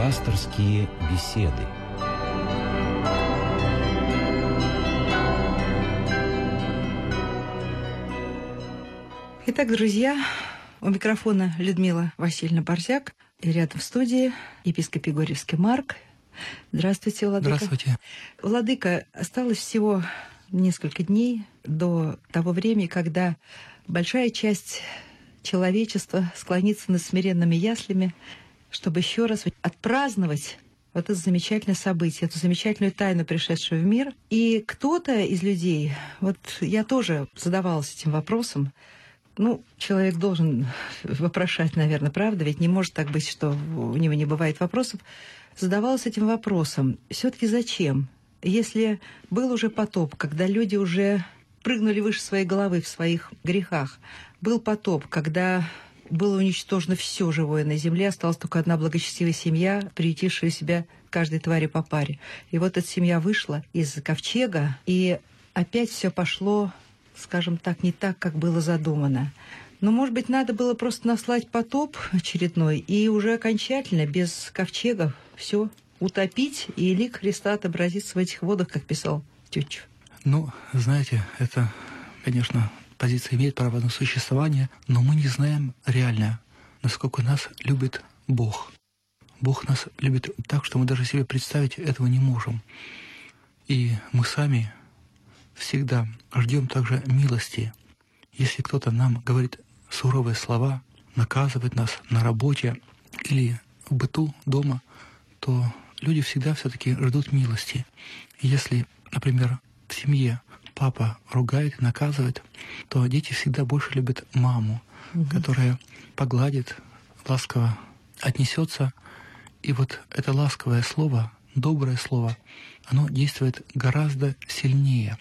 Пасторские беседы. Итак, друзья, у микрофона Людмила Васильевна Борзяк, и рядом в студии епископ Егорьевский Марк. Здравствуйте, владыка. Здравствуйте. Владыка, осталось всего несколько дней до того времени, когда большая часть человечества склонится над смиренными яслями, чтобы еще раз отпраздновать вот это замечательное событие, эту замечательную тайну, пришедшую в мир. И кто-то из людей, вот я тоже задавалась этим вопросом, человек должен вопрошать, наверное, правда? Ведь не может так быть, что у него не бывает вопросов. Задавалась этим вопросом. Все-таки зачем? Если был уже потоп, когда люди уже прыгнули выше своей головы в своих грехах, был потоп, когда было уничтожено все живое на земле, осталась только одна благочестивая семья, приютившая себя каждой твари по паре. И вот эта семья вышла из ковчега, и опять все пошло, скажем так, не так, как было задумано. Но, может быть, надо было просто наслать потоп очередной и уже окончательно, без ковчега, все утопить, и лик Христа отобразится в этих водах, как писал Тютчев. Знаете, это, конечно, позиция имеет право на существование, но мы не знаем реально, насколько нас любит Бог. Бог нас любит так, что мы даже себе представить этого не можем. И мы сами всегда ждем также милости. Если кто-то нам говорит суровые слова, наказывает нас на работе или в быту дома, то люди всегда все-таки ждут милости. Если, например, в семье папа ругает и наказывает, то дети всегда больше любят маму, которая погладит, ласково отнесется. И вот это ласковое слово, доброе слово, оно действует гораздо сильнее.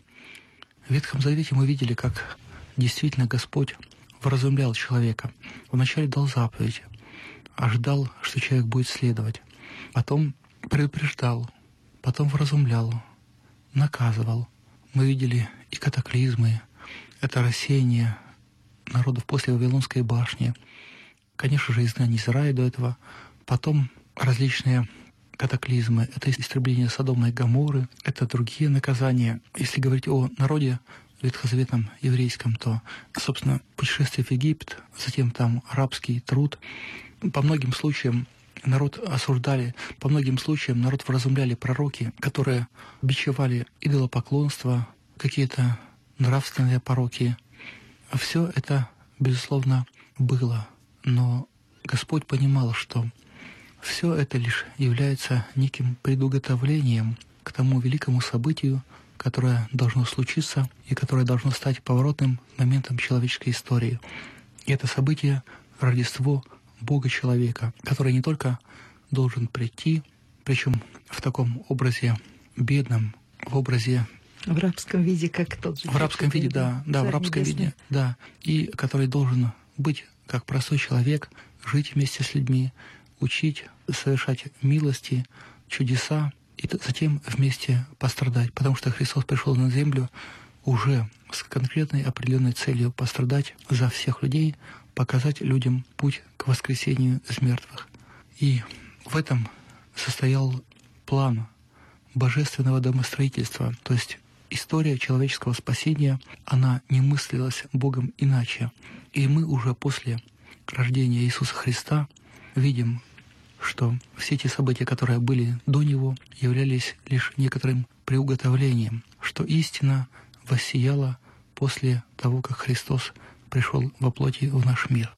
В Ветхом Завете мы видели, как действительно Господь вразумлял человека. Вначале дал заповедь, ждал, что человек будет следовать. Потом предупреждал, потом вразумлял, наказывал. Мы видели и катаклизмы, это рассеяние народов после Вавилонской башни. Конечно же, изгнание из рая до этого. Потом различные катаклизмы, это истребление Содома и Гоморры, это другие наказания. Если говорить о народе ветхозаветном еврейском, то, собственно, путешествие в Египет, затем там рабский труд. По многим случаям народ осуждали, по многим случаям народ вразумляли пророки, которые бичевали идолопоклонство, какие-то нравственные пороки. Все это, безусловно, было. Но Господь понимал, что все это лишь является неким предуготовлением к тому великому событию, которое должно случиться и которое должно стать поворотным моментом человеческой истории. И это событие — Рождество Бога-человека, который не только должен прийти, причем в таком образе бедном, в образе... В рабском виде, как тот же. В рабском виде, да, в рабском виде, да. И который должен быть как простой человек, жить вместе с людьми, учить, совершать милости, чудеса, и затем вместе пострадать. Потому что Христос пришел на землю уже с конкретной определенной целью пострадать за всех людей, показать людям путь к воскресению из мертвых. И в этом состоял план божественного домостроительства. То есть история человеческого спасения, она не мыслилась Богом иначе. И мы уже после рождения Иисуса Христа видим, что все те события, которые были до Него, являлись лишь некоторым приуготовлением, что истина воссияла после того, как Христос пришел во плоти в наш мир.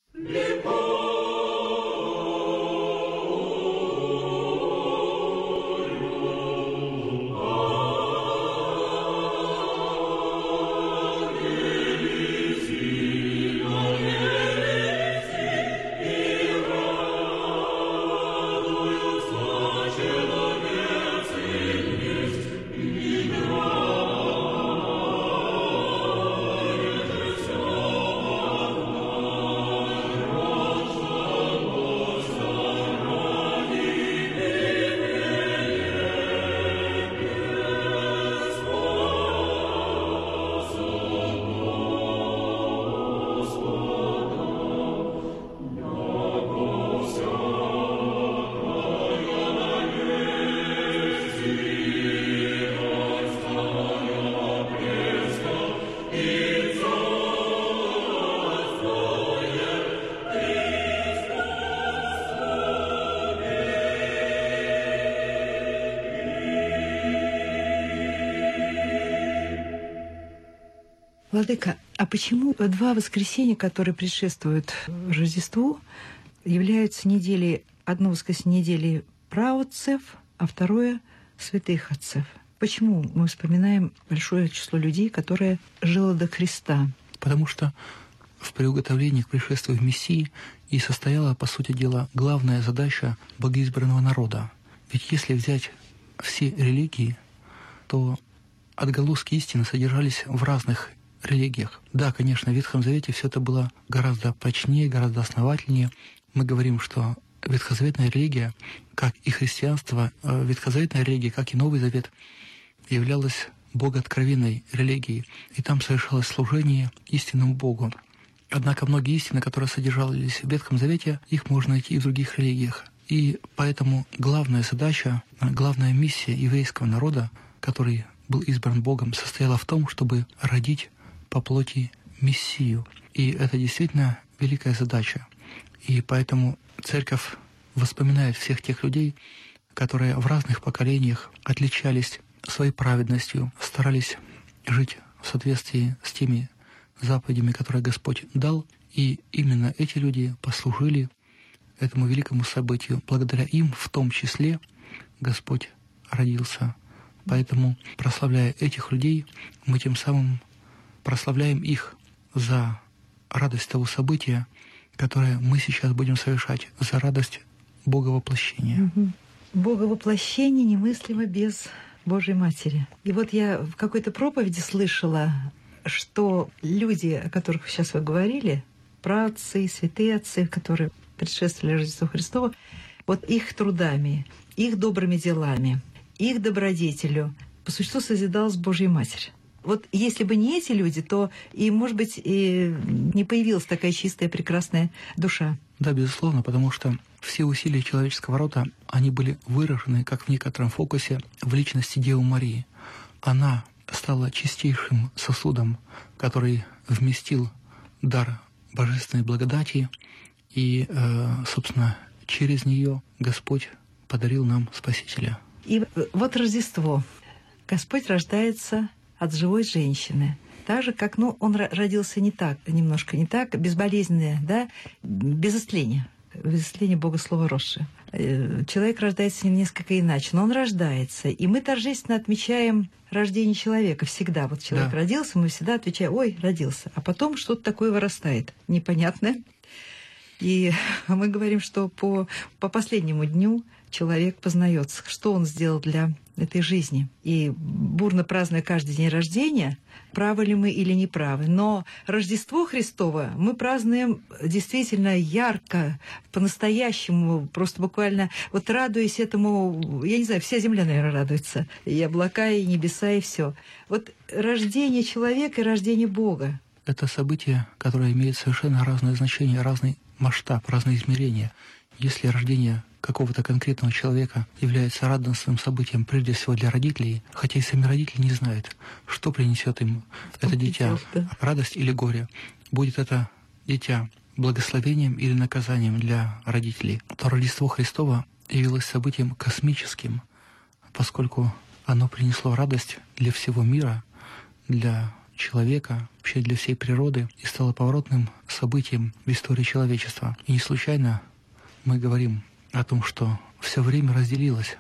Владыка, а почему два воскресенья, которые предшествуют Рождеству, являются неделей, одно воскресенье недели праотцев, а второе святых отцев? Почему мы вспоминаем большое число людей, которые жило до Христа? Потому что в приуготовлении к пришествию Мессии и состояла, по сути дела, главная задача богоизбранного народа. Ведь если взять все религии, то отголоски истины содержались в разных религиях. Да, конечно, в Ветхом Завете все это было гораздо прочнее, гораздо основательнее. Мы говорим, что ветхозаветная религия, как и христианство, ветхозаветная религия, как и Новый Завет, являлась богооткровенной религией, и там совершалось служение истинному Богу. Однако многие истины, которые содержались в Ветхом Завете, их можно найти и в других религиях. И поэтому главная задача, главная миссия еврейского народа, который был избран Богом, состояла в том, чтобы родить по плоти Мессию. И это действительно великая задача. И поэтому Церковь воспоминает всех тех людей, которые в разных поколениях отличались своей праведностью, старались жить в соответствии с теми заповедями, которые Господь дал, и именно эти люди послужили этому великому событию. Благодаря им, в том числе, Господь родился. Поэтому, прославляя этих людей, мы тем самым прославляем их за радость того события, которое мы сейчас будем совершать, за радость Боговоплощения. Боговоплощение немыслимо без Божьей Матери. И вот я в какой-то проповеди слышала, что люди, о которых сейчас вы говорили, праотцы, святые отцы, которые предшествовали Рождеству Христову, вот их трудами, их добрыми делами, их добродетелью по существу созидалась Божья Матерь. Вот если бы не эти люди, то и, может быть, и не появилась такая чистая, прекрасная душа. Да, безусловно, потому что все усилия человеческого рода, они были выражены, как в некотором фокусе, в личности Девы Марии. Она стала чистейшим сосудом, который вместил дар божественной благодати, и, собственно, через нее Господь подарил нам Спасителя. И вот Рождество. Господь рождается от живой женщины. Так же, как, он родился не так, немножко не так, безболезненное, да, без истления. Без истления Бога Слова росшее. Человек рождается несколько иначе, но он рождается. И мы торжественно отмечаем рождение человека всегда. Вот человек родился, мы всегда отвечаем: ой, родился. А потом что-то такое вырастает, непонятное. И мы говорим, что по последнему дню человек познается, что он сделал для этой жизни. И бурно празднуя каждый день рождения, правы ли мы или не правы. Но Рождество Христово мы празднуем действительно ярко, по-настоящему, просто буквально вот радуясь этому, я не знаю, вся земля, наверное, радуется. И облака, и небеса, и все. Вот рождение человека и рождение Бога. Это событие, которое имеет совершенно разное значение, разный масштаб, разные измерения. Если рождение какого-то конкретного человека является радостным событием прежде всего для родителей, хотя и сами родители не знают, что принесет им это дитя, радость или горе. Будет это дитя благословением или наказанием для родителей, то Рождество Христово явилось событием космическим, поскольку оно принесло радость для всего мира, для человека, вообще для всей природы, и стало поворотным событием в истории человечества. И не случайно мы говорим о том, что все время разделилось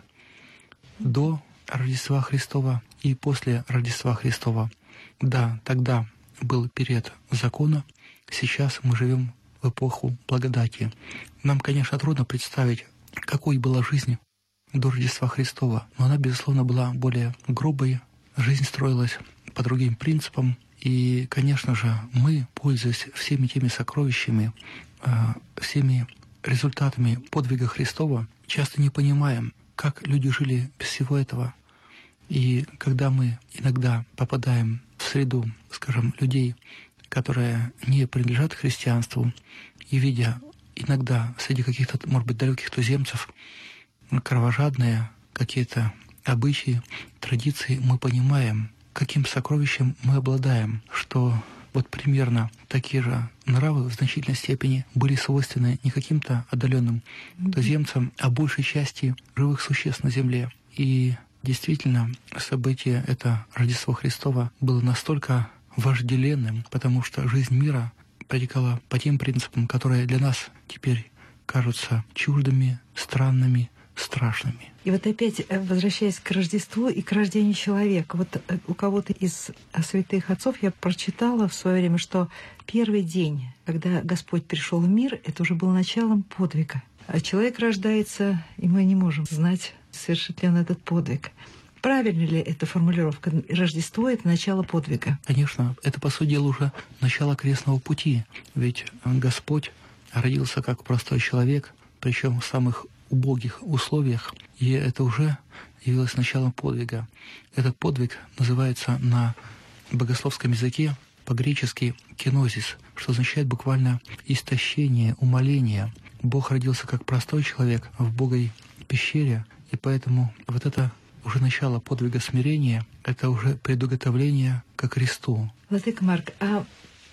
до Рождества Христова и после Рождества Христова. Да, тогда был период закона, сейчас мы живем в эпоху благодати. Нам, конечно, трудно представить, какой была жизнь до Рождества Христова, но она, безусловно, была более грубой, жизнь строилась по другим принципам. И, конечно же, мы, пользуясь всеми теми сокровищами, всеми результатами подвига Христова, часто не понимаем, как люди жили без всего этого. И когда мы иногда попадаем в среду, скажем, людей, которые не принадлежат христианству, и видя иногда среди каких-то, может быть, далеких туземцев кровожадные какие-то обычаи, традиции, мы понимаем, каким сокровищем мы обладаем, что вот примерно такие же нравы в значительной степени были свойственны не каким-то отдаленным туземцам, а большей части живых существ на земле. И действительно, событие это Рождество Христово было настолько вожделенным, потому что жизнь мира протекала по тем принципам, которые для нас теперь кажутся чуждыми, странными, страшными. И вот опять, возвращаясь к Рождеству и к рождению человека, вот у кого-то из святых отцов я прочитала в свое время, что первый день, когда Господь пришел в мир, это уже был началом подвига. А человек рождается, и мы не можем знать, совершит ли он этот подвиг. Правильно ли эта формулировка? Рождество — это начало подвига. Конечно, это, по сути дела, уже начало крестного пути. Ведь Господь родился как простой человек, причем в самых убогих условиях, и это уже явилось началом подвига. Этот подвиг называется на богословском языке по-гречески «кенозис», что означает буквально «истощение», «умоление». Бог родился как простой человек в убогой пещере, и поэтому вот это уже начало подвига смирения, это уже предуготовление ко кресту. Владыка Марк, а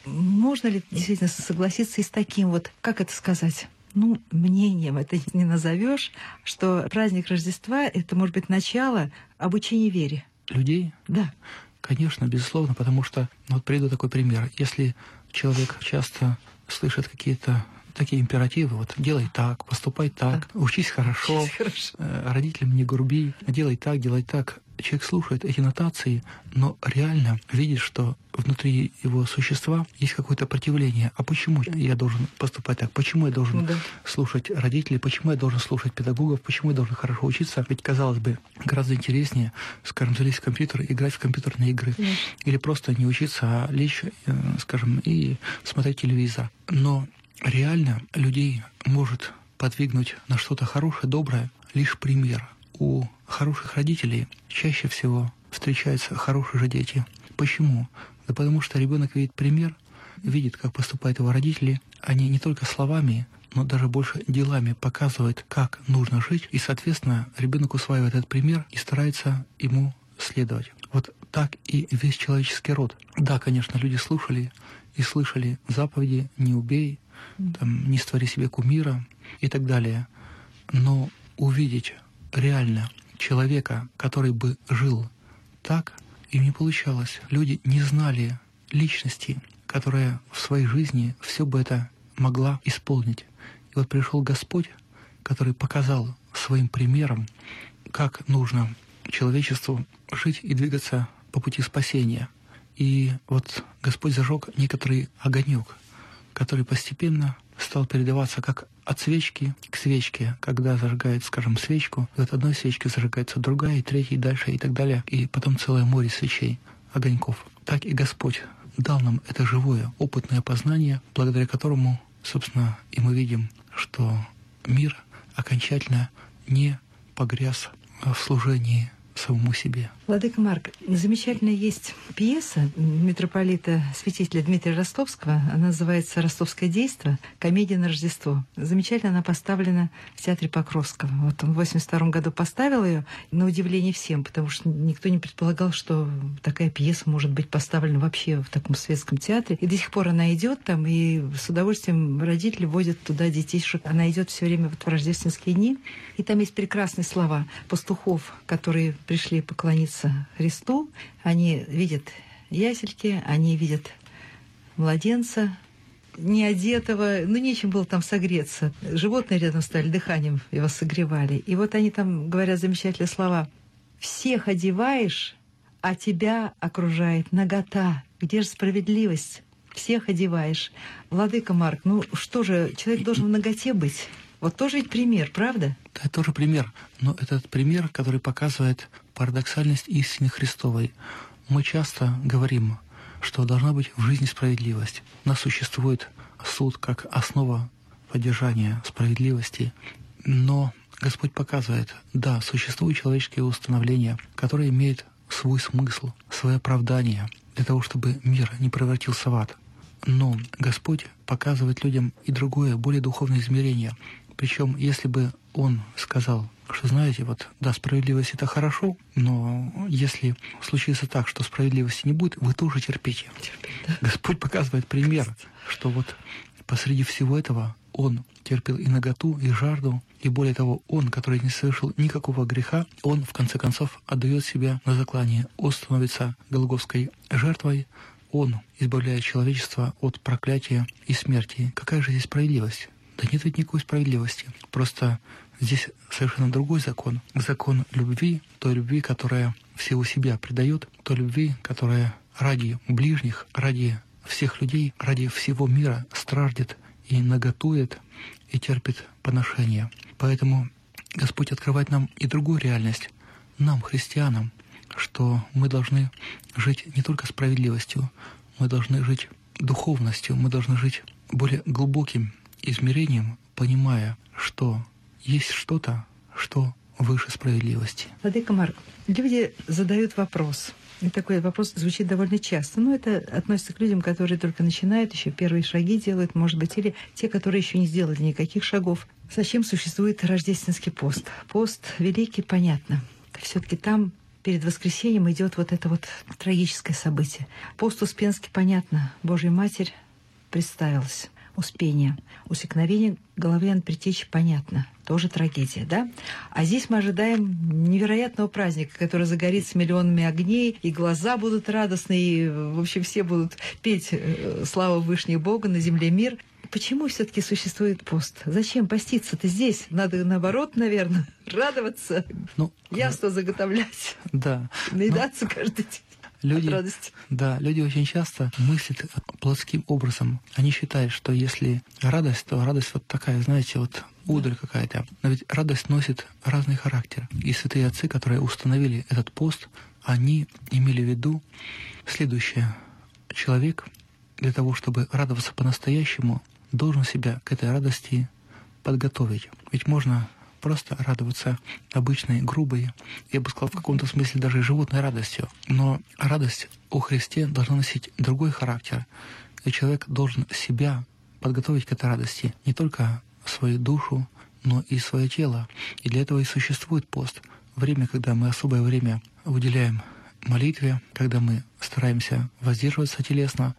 можно ли действительно согласиться и с таким вот, как это сказать, мнением это не назовешь, что праздник Рождества — это, может быть, начало обучения вере? Людей? Да. Конечно, безусловно, потому что, вот приведу такой пример. Если человек часто слышит какие-то такие императивы, вот делай так, поступай так, учись хорошо, родителям не груби, делай так. Человек слушает эти нотации, но реально видит, что внутри его существа есть какое-то противление. А почему я должен поступать так? Почему я должен слушать родителей? Почему я должен слушать педагогов? Почему я должен хорошо учиться? Ведь, казалось бы, гораздо интереснее, скажем, залезть в компьютер, играть в компьютерные игры. Или просто не учиться, а лечь, скажем, и смотреть телевизор. Но реально людей может подвигнуть на что-то хорошее, доброе лишь пример. У хороших родителей чаще всего встречаются хорошие же дети. Почему? Да потому что ребенок видит пример, видит, как поступают его родители. Они не только словами, но даже больше делами показывают, как нужно жить. И, соответственно, ребенок усваивает этот пример и старается ему следовать. Вот так и весь человеческий род. Да, конечно, люди слушали и слышали заповеди «не убей», «не створи себе кумира» и так далее. Но увидеть реально человека, который бы жил так, им не получалось. Люди не знали личности, которая в своей жизни все бы это могла исполнить. И вот пришел Господь, который показал своим примером, как нужно человечеству жить и двигаться по пути спасения. И вот Господь зажег некоторый огонек, который постепенно стал передаваться как от свечки к свечке, когда зажигает, скажем, свечку, и от одной свечки зажигается другая, и третья, и дальше, и так далее, и потом целое море свечей, огоньков. Так и Господь дал нам это живое, опытное познание, благодаря которому, собственно, и мы видим, что мир окончательно не погряз в служении самому себе. Владыка Марк, замечательная есть пьеса митрополита святителя Дмитрия Ростовского. Она называется «Ростовское действо. Комедия на Рождество». Замечательно она поставлена в театре Покровского. Вот он в 1982 году поставил ее, на удивление всем, потому что никто не предполагал, что такая пьеса может быть поставлена вообще в таком светском театре. И до сих пор она идет там, и с удовольствием родители возят туда детей. Она идет все время вот в рождественские дни. И там есть прекрасные слова пастухов, которые пришли поклониться Христу. Они видят ясельки, они видят младенца, не одетого, нечем было там согреться. Животные рядом стали, дыханием его согревали. И вот они там говорят замечательные слова. «Всех одеваешь, а тебя окружает нагота. Где же справедливость? Всех одеваешь». Владыка Марк, что же, человек должен в наготе быть? Вот тоже ведь пример, правда? Да, это тоже пример. Но этот пример, который показывает парадоксальность истины Христовой. Мы часто говорим, что должна быть в жизни справедливость. У нас существует суд как основа поддержания справедливости. Но Господь показывает, да, существуют человеческие установления, которые имеют свой смысл, свое оправдание для того, чтобы мир не превратился в ад. Но Господь показывает людям и другое, более духовное измерение. Причем, если бы Он сказал, что, знаете, вот, да, справедливость — это хорошо, но если случится так, что справедливости не будет, вы тоже терпите. Да. Господь показывает пример, что вот посреди всего этого Он терпел и наготу, и жажду, и более того, Он, который не совершил никакого греха, Он, в конце концов, отдает себя на заклание. Он становится голгофской жертвой, Он избавляет человечество от проклятия и смерти. Какая же здесь справедливость? Да нет ведь никакой справедливости. Просто здесь совершенно другой закон. Закон любви, той любви, которая всего себя предает, той любви, которая ради ближних, ради всех людей, ради всего мира страждет и наготует, и терпит поношение. Поэтому Господь открывает нам и другую реальность, нам, христианам, что мы должны жить не только справедливостью, мы должны жить духовностью, мы должны жить более глубоким измерением, понимая, что есть что-то, что выше справедливости. Владыка Марк, люди задают вопрос. И такой вопрос звучит довольно часто. Но это относится к людям, которые только начинают, еще первые шаги делают, может быть, или те, которые еще не сделали никаких шагов. Зачем существует рождественский пост? Пост великий, понятно. Все-таки там перед воскресением идет вот это вот трагическое событие. Пост Успенский, понятно. Божья Матерь представилась. Успение. Усекновение головы Иоанна Предтечи, понятно. Тоже трагедия, да? А здесь мы ожидаем невероятного праздника, который загорится миллионами огней, и глаза будут радостные, и, в общем, все будут петь славу Вышнего Бога, на земле мир. Почему все-таки существует пост? Зачем поститься-то здесь? Надо, наоборот, наверное, радоваться, яство заготовлять, да, наедаться каждый день. Люди, люди очень часто мыслят плотским образом. Они считают, что если радость, то радость вот такая, знаете, вот удаль какая-то. Но ведь радость носит разный характер. И святые отцы, которые установили этот пост, они имели в виду следующее. Человек для того, чтобы радоваться по-настоящему, должен себя к этой радости подготовить. Ведь можно просто радоваться обычной, грубой, я бы сказал, в каком-то смысле даже животной радостью. Но радость о Христе должна носить другой характер. И человек должен себя подготовить к этой радости, не только свою душу, но и свое тело. И для этого и существует пост. Время, когда мы особое время уделяем молитве, когда мы стараемся воздерживаться телесно,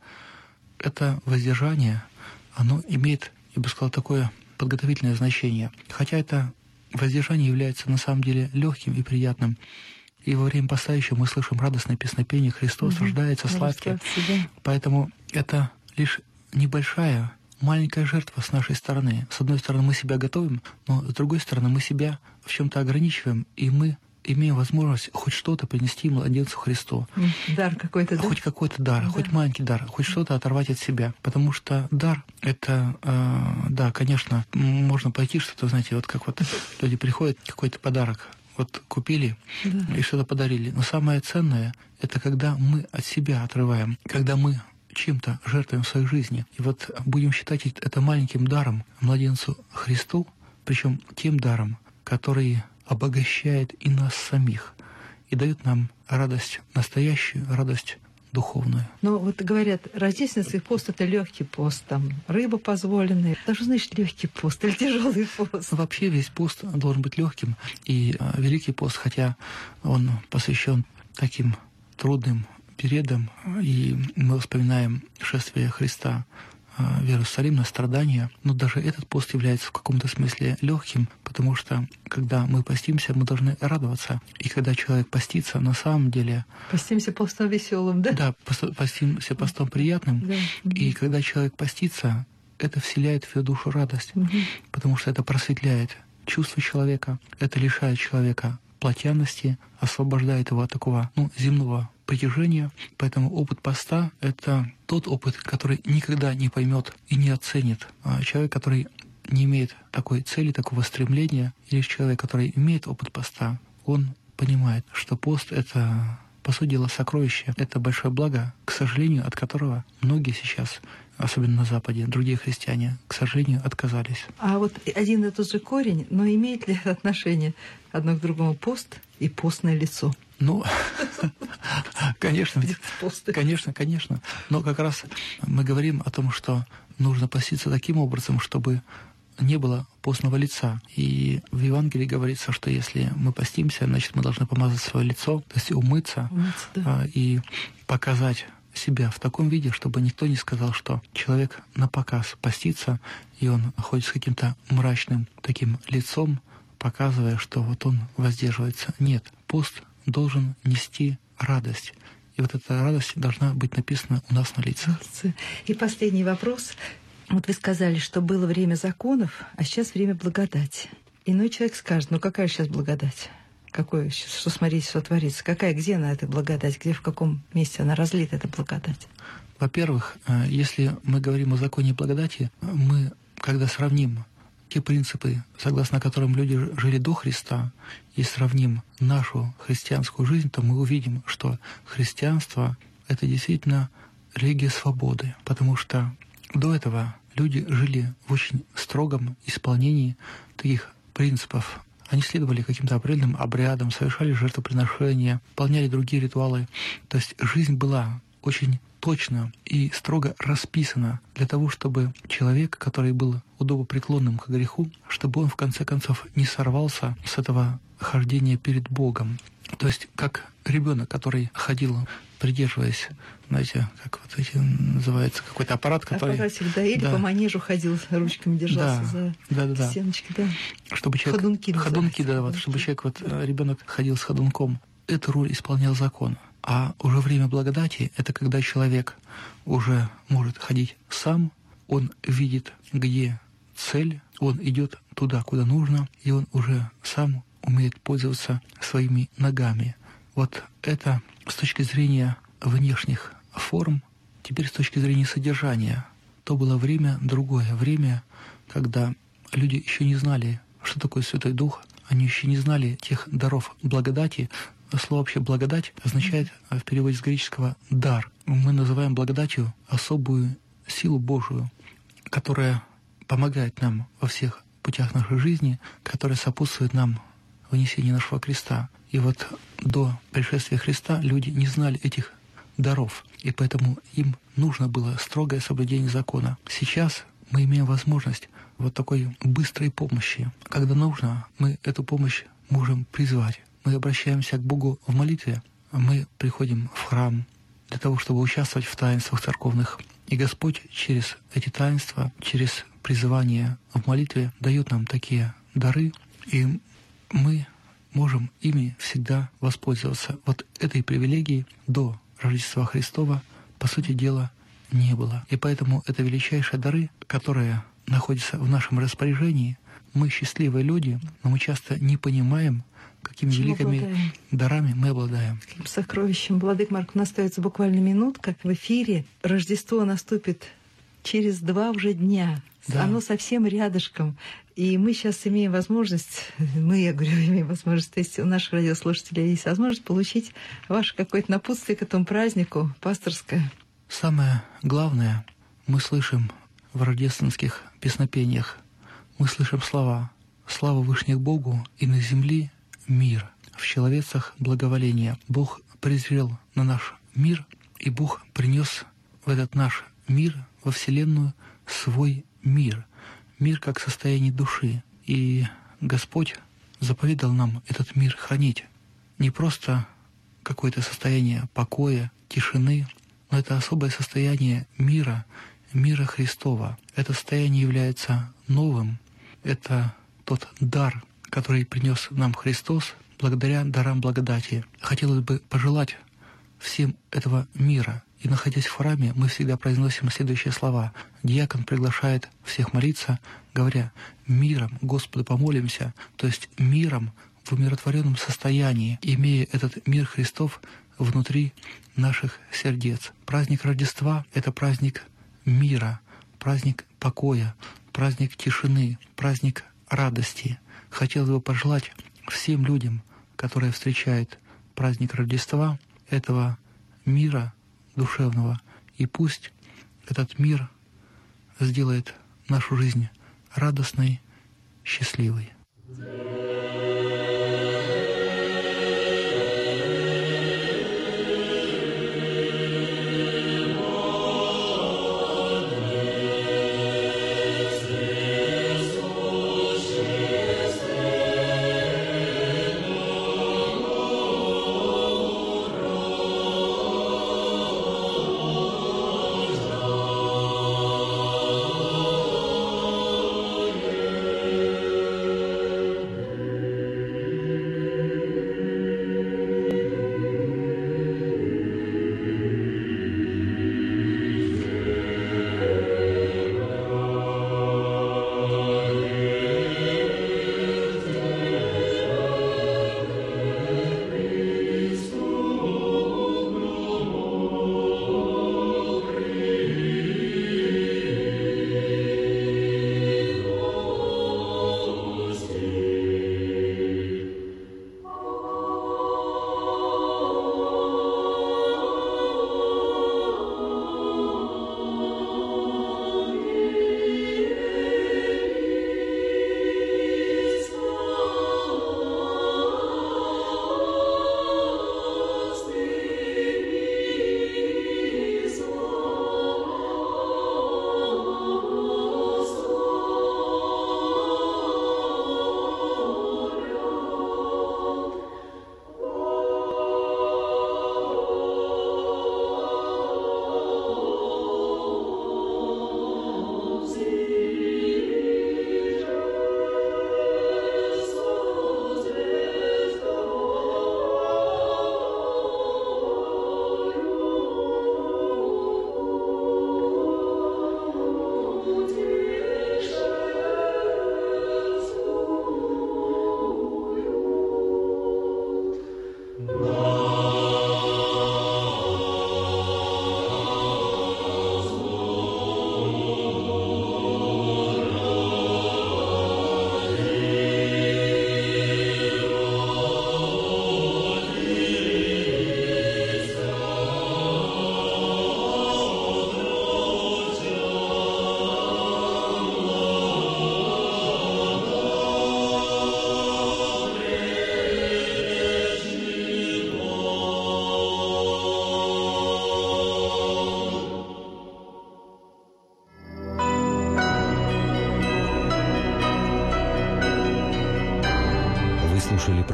это воздержание, оно имеет, я бы сказал, такое подготовительное значение. Хотя это воздержание является на самом деле легким и приятным. И во время поста еще мы слышим радостное песнопение «Христос рождается, славьте». Поэтому это лишь небольшая, маленькая жертва с нашей стороны. С одной стороны, мы себя готовим, но с другой стороны, мы себя в чем-то ограничиваем, и мы имеем возможность хоть что-то принести младенцу Христу. Дар какой-то, да? Хоть какой-то дар, хоть маленький дар, хоть что-то оторвать от себя. Потому что дар — это, да, конечно, можно пойти что-то, знаете, вот как вот люди приходят, какой-то подарок вот купили и что-то подарили. Но самое ценное — это когда мы от себя отрываем, когда мы чем-то жертвуем в своей жизни. И вот будем считать это маленьким даром младенцу Христу, причем тем даром, который обогащает и нас самих, и дает нам радость настоящую, радость духовную. Ну, вот говорят, рождественский пост — это легкий пост, там рыба позволенная. Это что значит легкий пост или тяжелый пост? Вообще весь пост должен быть легким, и Великий пост, хотя он посвящен таким трудным периодам, и мы вспоминаем шествие Христа в Иерусалим на страдания, но даже этот пост является в каком-то смысле легким, потому что когда мы постимся, мы должны радоваться. И когда человек постится, на самом деле... Постимся постом веселым, да? Да, постимся постом приятным. Да. И когда человек постится, это вселяет в его душу радость, потому что это просветляет чувства человека, это лишает человека плотянности, освобождает его от такого земного притяжения. Поэтому опыт поста — это тот опыт, который никогда не поймет и не оценит человек, который не имеет такой цели, такого стремления. И лишь человек, который имеет опыт поста, он понимает, что пост — это, по сути дела, сокровище. Это большое благо, к сожалению, от которого многие сейчас, особенно на Западе, другие христиане, к сожалению, отказались. А вот один и тот же корень, но имеет ли отношение одно к другому пост и постное лицо? Ну, конечно, конечно. Но как раз мы говорим о том, что нужно поститься таким образом, чтобы не было постного лица. И в Евангелии говорится, что если мы постимся, значит, мы должны помазать свое лицо, то есть умыться да. И показать себя в таком виде, чтобы никто не сказал, что человек напоказ постится, и он ходит с каким-то мрачным таким лицом, показывая, что вот он воздерживается. Нет, пост должен нести радость. И вот эта радость должна быть написана у нас на лицах. И последний вопрос. Вот вы сказали, что было время законов, а сейчас время благодати. Иной человек скажет, ну какая сейчас благодать? Какое, что смотрите, что творится? Какая, где она, эта благодать? Где, в каком месте она разлита, эта благодать? Во-первых, если мы говорим о законе благодати, мы, когда сравним те принципы, согласно которым люди жили до Христа, и сравним нашу христианскую жизнь, то мы увидим, что христианство — это действительно религия свободы, потому что до этого люди жили в очень строгом исполнении таких принципов. Они следовали каким-то определенным обрядам, совершали жертвоприношения, выполняли другие ритуалы. То есть жизнь была очень точно и строго расписана для того, чтобы человек, который был удобопреклонным к греху, чтобы он в конце концов не сорвался с этого хождения перед Богом. То есть как ребенок, который ходил, придерживаясь, знаете, как вот эти называется, какой-то аппарат, который... Аппаратик, да, или по манежу ходил, ручками держался за стеночки, да. Чтобы человек... Ходунки, да, вот, чтобы человек, вот ребенок ходил с ходунком. Эту роль исполнял закон. А уже время благодати — это когда человек уже может ходить сам, он видит, где цель, он идет туда, куда нужно, и он уже сам умеет пользоваться своими ногами. Вот это с точки зрения внешних форм. Теперь с точки зрения содержания. То было время другое, время, когда люди еще не знали, что такое Святой Дух, они еще не знали тех даров благодати. Слово вообще «благодать» означает в переводе с греческого «дар». Мы называем благодатью особую силу Божию, которая помогает нам во всех путях нашей жизни, которая сопутствует нам в несении нашего креста. И вот до пришествия Христа люди не знали этих даров, и поэтому им нужно было строгое соблюдение закона. Сейчас мы имеем возможность вот такой быстрой помощи. Когда нужно, мы эту помощь можем призвать. Мы обращаемся к Богу в молитве, мы приходим в храм для того, чтобы участвовать в таинствах церковных. И Господь через эти таинства, через призывание в молитве дает нам такие дары, и мы можем ими всегда воспользоваться. Вот этой привилегии до Рождества Христова, по сути дела, не было. И поэтому это величайшие дары, которые находятся в нашем распоряжении. Мы счастливые люди, но мы часто не понимаем, какими великими дарами мы обладаем. Каким сокровищем. Владыка Марк, у нас остается буквально минутка в эфире. Рождество наступит через 2 уже дня. Да. Оно совсем рядышком. И мы сейчас имеем возможность, имеем возможность, то есть у наших радиослушателей есть возможность получить ваше какое-то напутствие к этому празднику, пасторское. Самое главное, мы слышим в рождественских песнопениях, мы слышим слова «Слава Вышних Богу, и на земле мир, в человецах благоволение». Бог презрел на наш мир, и Бог принес в этот наш мир, во Вселенную, свой мир. Мир как состояние души. И Господь заповедал нам этот мир хранить. Не просто какое-то состояние покоя, тишины, но это особое состояние мира, мира Христова. Это состояние является новым. Это тот дар, который принес нам Христос благодаря дарам благодати. Хотелось бы пожелать всем этого мира. И, находясь в храме, мы всегда произносим следующие слова. Диакон приглашает всех молиться, говоря: «Миром Господу помолимся», то есть миром в умиротворенном состоянии, имея этот мир Христов внутри наших сердец. Праздник Рождества — это праздник мира, праздник покоя, праздник тишины, праздник радости. Хотелось бы пожелать всем людям, которые встречают праздник Рождества, этого мира душевного, и пусть этот мир сделает нашу жизнь радостной, счастливой.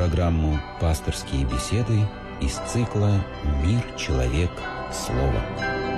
программу «Пасторские беседы» из цикла «Мир, человек, слово».